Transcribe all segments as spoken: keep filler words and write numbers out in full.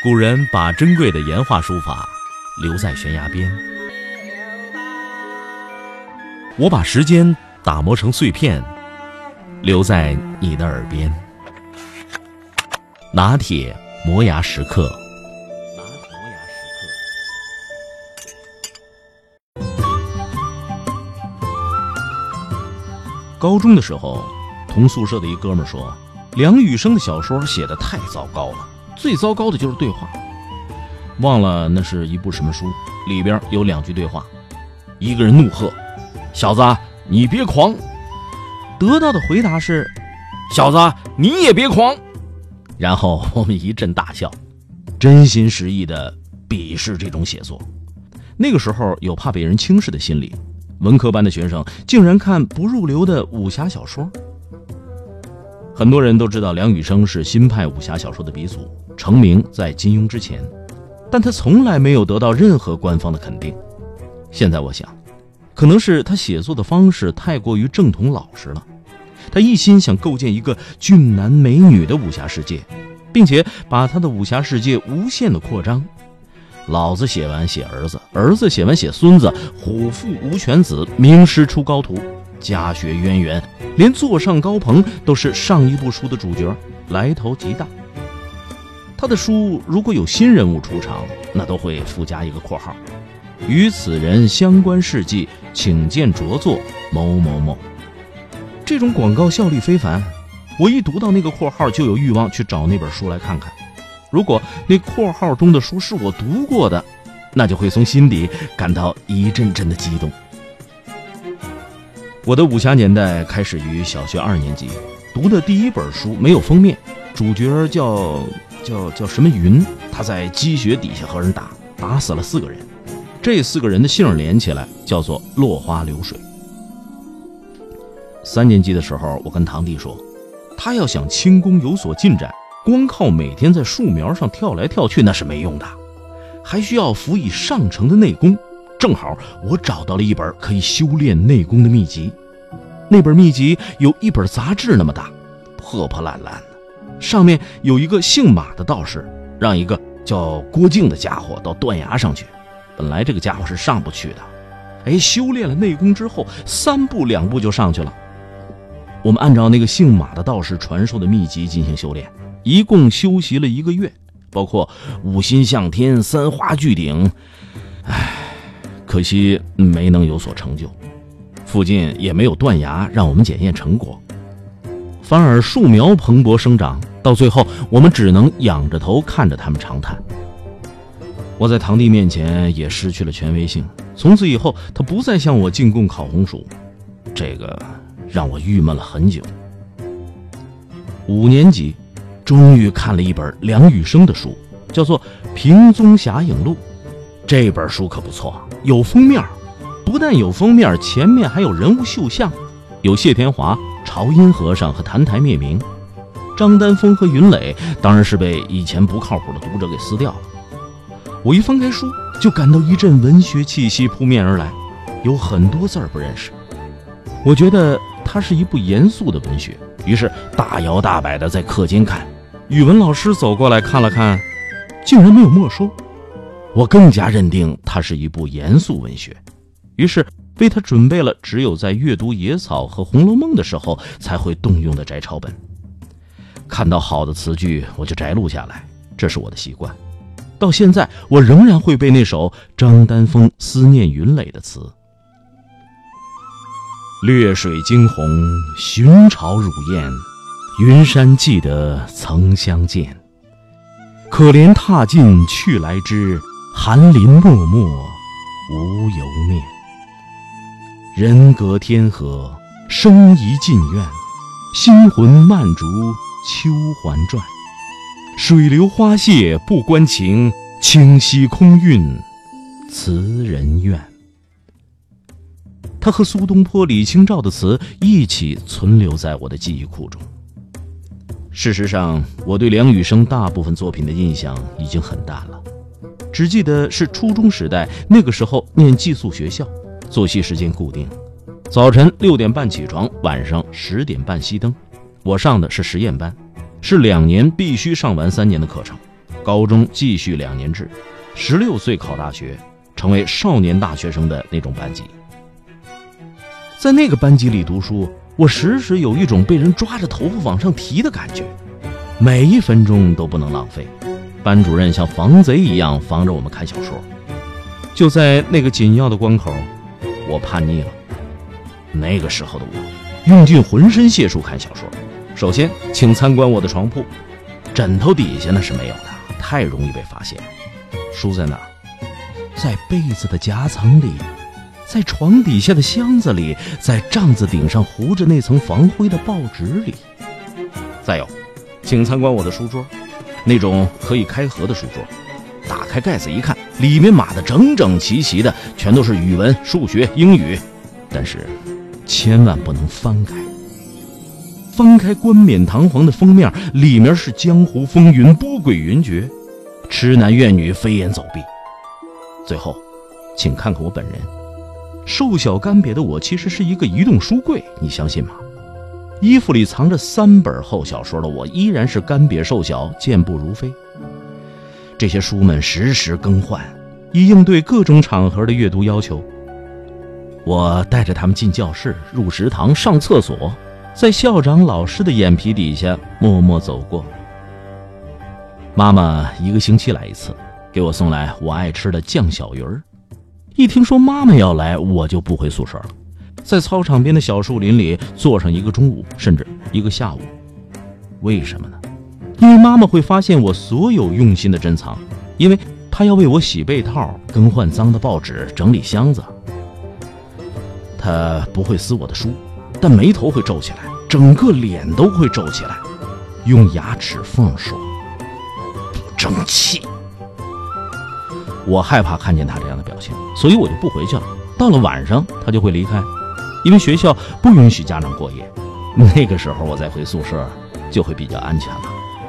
古人把珍贵的岩画书法留在悬崖边，我把时间打磨成碎片，留在你的耳边。拿铁磨牙时刻。高中的时候，同宿舍的一哥们说，梁羽生的小说写得太糟糕了，最糟糕的就是对话。忘了那是一部什么书，里边有两句对话，一个人怒喝：“小子，你别狂！”得到的回答是：“小子，你也别狂！”然后我们一阵大笑，真心实意地鄙视这种写作。那个时候有怕被人轻视的心理，文科班的学生竟然看不入流的武侠小说。很多人都知道梁羽生是新派武侠小说的鼻祖，成名在金庸之前，但他从来没有得到任何官方的肯定。现在我想，可能是他写作的方式太过于正统老实了，他一心想构建一个俊男美女的武侠世界，并且把他的武侠世界无限的扩张。老子写完写儿子，儿子写完写孙子，虎父无犬子，名师出高徒，家学渊源，连坐上高棚都是上一部书的主角，来头极大。他的书如果有新人物出场，那都会附加一个括号，与此人相关事迹，请见着作某某某。这种广告效率非凡，我一读到那个括号就有欲望去找那本书来看看。如果那括号中的书是我读过的，那就会从心底感到一阵阵的激动。我的武侠年代开始于小学二年级，读的第一本书没有封面，主角叫叫叫什么云，他在积雪底下和人打，打死了四个人，这四个人的姓连起来叫做落花流水。三年级的时候，我跟堂弟说，他要想轻功有所进展，光靠每天在树苗上跳来跳去那是没用的，还需要辅以上乘的内功。正好我找到了一本可以修炼内功的秘籍，那本秘籍有一本杂志那么大，破破烂烂的，上面有一个姓马的道士，让一个叫郭靖的家伙到断崖上去，本来这个家伙是上不去的，哎，修炼了内功之后，三步两步就上去了。我们按照那个姓马的道士传授的秘籍进行修炼，一共修习了一个月，包括五心向天、三花聚顶。唉，可惜没能有所成就，附近也没有断崖让我们检验成果，反而树苗蓬勃生长，到最后我们只能仰着头看着他们长叹。我在堂弟面前也失去了权威性，从此以后他不再向我进贡烤红薯，这个让我郁闷了很久。五年级终于看了一本梁羽生的书，叫做《平踪侠影录》。这本书可不错，有封面，不但有封面，前面还有人物绣像，有谢天华、朝阴和尚和澹台灭明。张丹峰和云磊当然是被以前不靠谱的读者给撕掉了。我一翻开书，就感到一阵文学气息扑面而来，有很多字儿不认识。我觉得它是一部严肃的文学，于是大摇大摆地在课间看。语文老师走过来看了看，竟然没有没收。我更加认定它是一部严肃文学，于是为它准备了只有在阅读野草和红楼梦的时候才会动用的摘抄本。看到好的词句我就摘录下来，这是我的习惯。到现在我仍然会背那首张丹峰思念云磊的词：掠水惊鸿，寻潮如燕，云山记得曾相见。可怜踏尽去来之，寒林脉脉无由面。人隔天河，生疑近怨，心魂漫逐秋还转。水流花谢不关情，清溪空韵词人怨。他和苏东坡、李清照的词一起存留在我的记忆库中。事实上，我对梁羽生大部分作品的印象已经很淡了，只记得是初中时代，那个时候念寄宿学校，作息时间固定，早晨六点半起床，晚上十点半熄灯。我上的是实验班，是两年必须上完三年的课程。 高中继续两年制，十六岁考大学，成为少年大学生的那种班级。在那个班级里读书，我时时有一种被人抓着头发往上提的感觉，每一分钟都不能浪费。班主任像防贼一样防着我们看小说。就在那个紧要的关口，我叛逆了。那个时候的我用尽浑身解数看小说。首先请参观我的床铺，枕头底下那是没有的，太容易被发现。书在哪儿？在被子的夹层里，在床底下的箱子里，在帐子顶上糊着那层防灰的报纸里。再有，请参观我的书桌，那种可以开合的书桌，打开盖子一看，里面码得整整齐齐的，全都是语文、数学、英语。但是千万不能翻开，翻开冠冕堂皇的封面，里面是江湖风云、波诡云谲，痴男怨女飞檐走壁。最后请看看我本人，瘦小干瘪的我其实是一个移动书柜，你相信吗？衣服里藏着三本厚小说的我，依然是干瘪瘦小，健步如飞。这些书们时时更换，以应对各种场合的阅读要求。我带着他们进教室、入食堂、上厕所，在校长老师的眼皮底下默默走过。妈妈一个星期来一次，给我送来我爱吃的酱小鱼儿。一听说妈妈要来，我就不回宿舍了，在操场边的小树林里坐上一个中午，甚至一个下午。为什么呢？因为妈妈会发现我所有用心的珍藏，因为她要为我洗被套、更换脏的报纸、整理箱子。她不会撕我的书，但眉头会皱起来，整个脸都会皱起来，用牙齿缝说：“不争气。”我害怕看见她这样的表现，所以我就不回去了。到了晚上，她就会离开，因为学校不允许家长过夜。那个时候我再回宿舍就会比较安全了。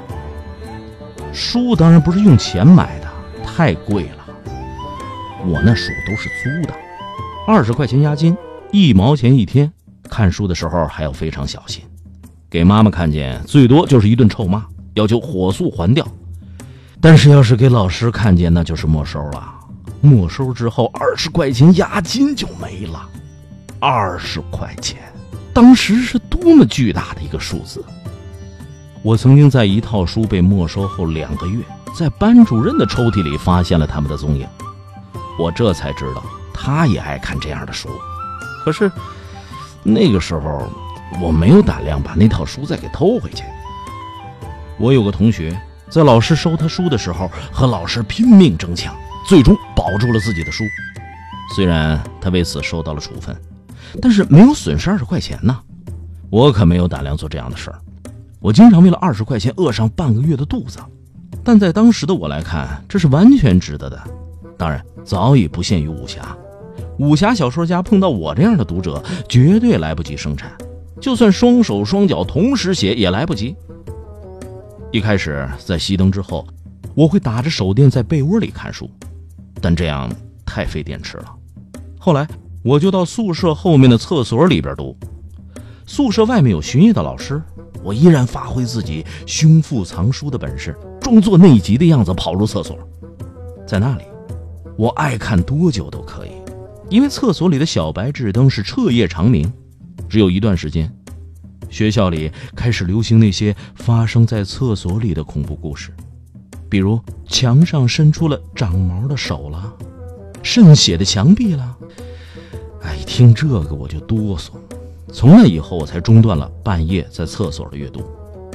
书当然不是用钱买的，太贵了。我那书都是租的，二十块钱押金，一毛钱一天。看书的时候还要非常小心，给妈妈看见最多就是一顿臭骂，要求火速还掉。但是要是给老师看见，那就是没收了。没收之后二十块钱押金就没了。二十块钱当时是多么巨大的一个数字。我曾经在一套书被没收后两个月，在班主任的抽屉里发现了他们的踪影。我这才知道他也爱看这样的书。可是那个时候我没有胆量把那套书再给偷回去。我有个同学在老师收他书的时候和老师拼命争抢，最终保住了自己的书。虽然他为此受到了处分，但是没有损失二十块钱呢。我可没有胆量做这样的事儿。我经常为了二十块钱饿上半个月的肚子，但在当时的我来看，这是完全值得的。当然早已不限于武侠，武侠小说家碰到我这样的读者绝对来不及生产，就算双手双脚同时写也来不及。一开始在熄灯之后，我会打着手电在被窝里看书，但这样太费电池了。后来我就到宿舍后面的厕所里边读。宿舍外面有巡夜的老师，我依然发挥自己胸腹藏书的本事，装作内急的样子跑入厕所。在那里我爱看多久都可以，因为厕所里的小白炽灯是彻夜长明。只有一段时间，学校里开始流行那些发生在厕所里的恐怖故事，比如墙上伸出了长毛的手了，渗血的墙壁了。哎，一听这个我就哆嗦。从那以后我才中断了半夜在厕所的阅读。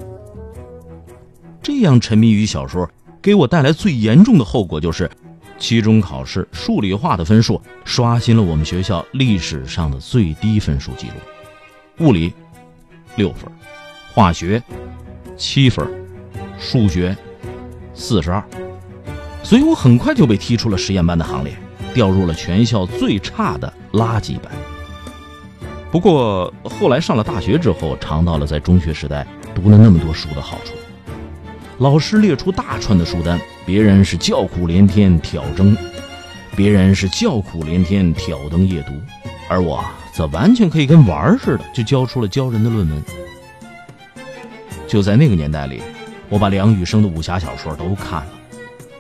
这样沉迷于小说给我带来最严重的后果就是期中考试数理化的分数刷新了我们学校历史上的最低分数记录。物理六分，化学七分，数学四十二。所以我很快就被踢出了实验班的行列，调入了全校最差的垃圾班。不过后来上了大学之后，尝到了在中学时代读了那么多书的好处。老师列出大串的书单，别人是叫苦连天挑灯，别人是叫苦连天挑灯夜读，而我则完全可以跟玩似的就交出了骄人的论文。就在那个年代里，我把梁羽生的武侠小说都看了，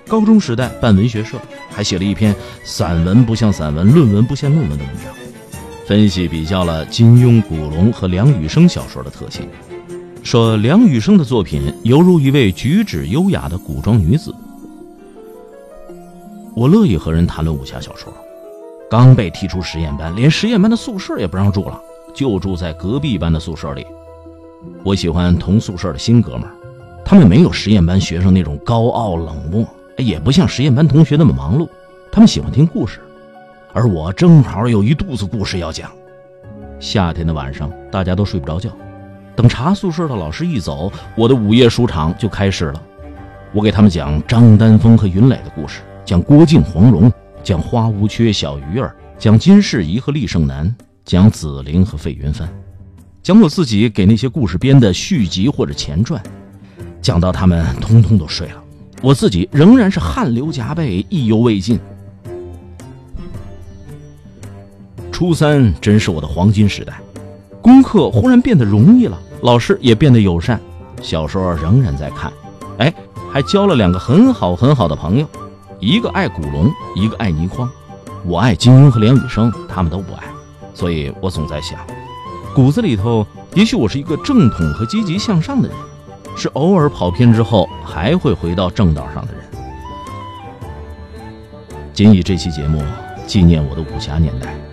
高中时代办文学社，还写了一篇散文不像散文，论文不像论文的文章，分析比较了金庸、古龙和梁羽生小说的特性，说梁羽生的作品犹如一位举止优雅的古装女子。我乐意和人谈论武侠小说，刚被踢出实验班，连实验班的宿舍也不让住了，就住在隔壁班的宿舍里。我喜欢同宿舍的新哥们儿，他们没有实验班学生那种高傲冷漠，也不像实验班同学那么忙碌，他们喜欢听故事，而我正好有一肚子故事要讲。夏天的晚上，大家都睡不着觉，等查宿舍的老师一走，我的午夜书场就开始了。我给他们讲张丹峰和云磊的故事，讲郭靖、黄蓉，讲花无缺、小鱼儿，讲金世仪和厉胜男，讲紫菱和费云帆，讲我自己给那些故事编的续集或者前传，讲到他们通通都睡了，我自己仍然是汗流浃背，意犹未尽。初三真是我的黄金时代，功课忽然变得容易了，老师也变得友善，小说仍然在看，哎，还交了两个很好很好的朋友，一个爱古龙，一个爱倪匡。我爱金庸和梁羽生，他们都不爱，所以我总在想，骨子里头也许我是一个正统和积极向上的人，是偶尔跑偏之后还会回到正道上的人。仅以这期节目纪念我的武侠年代。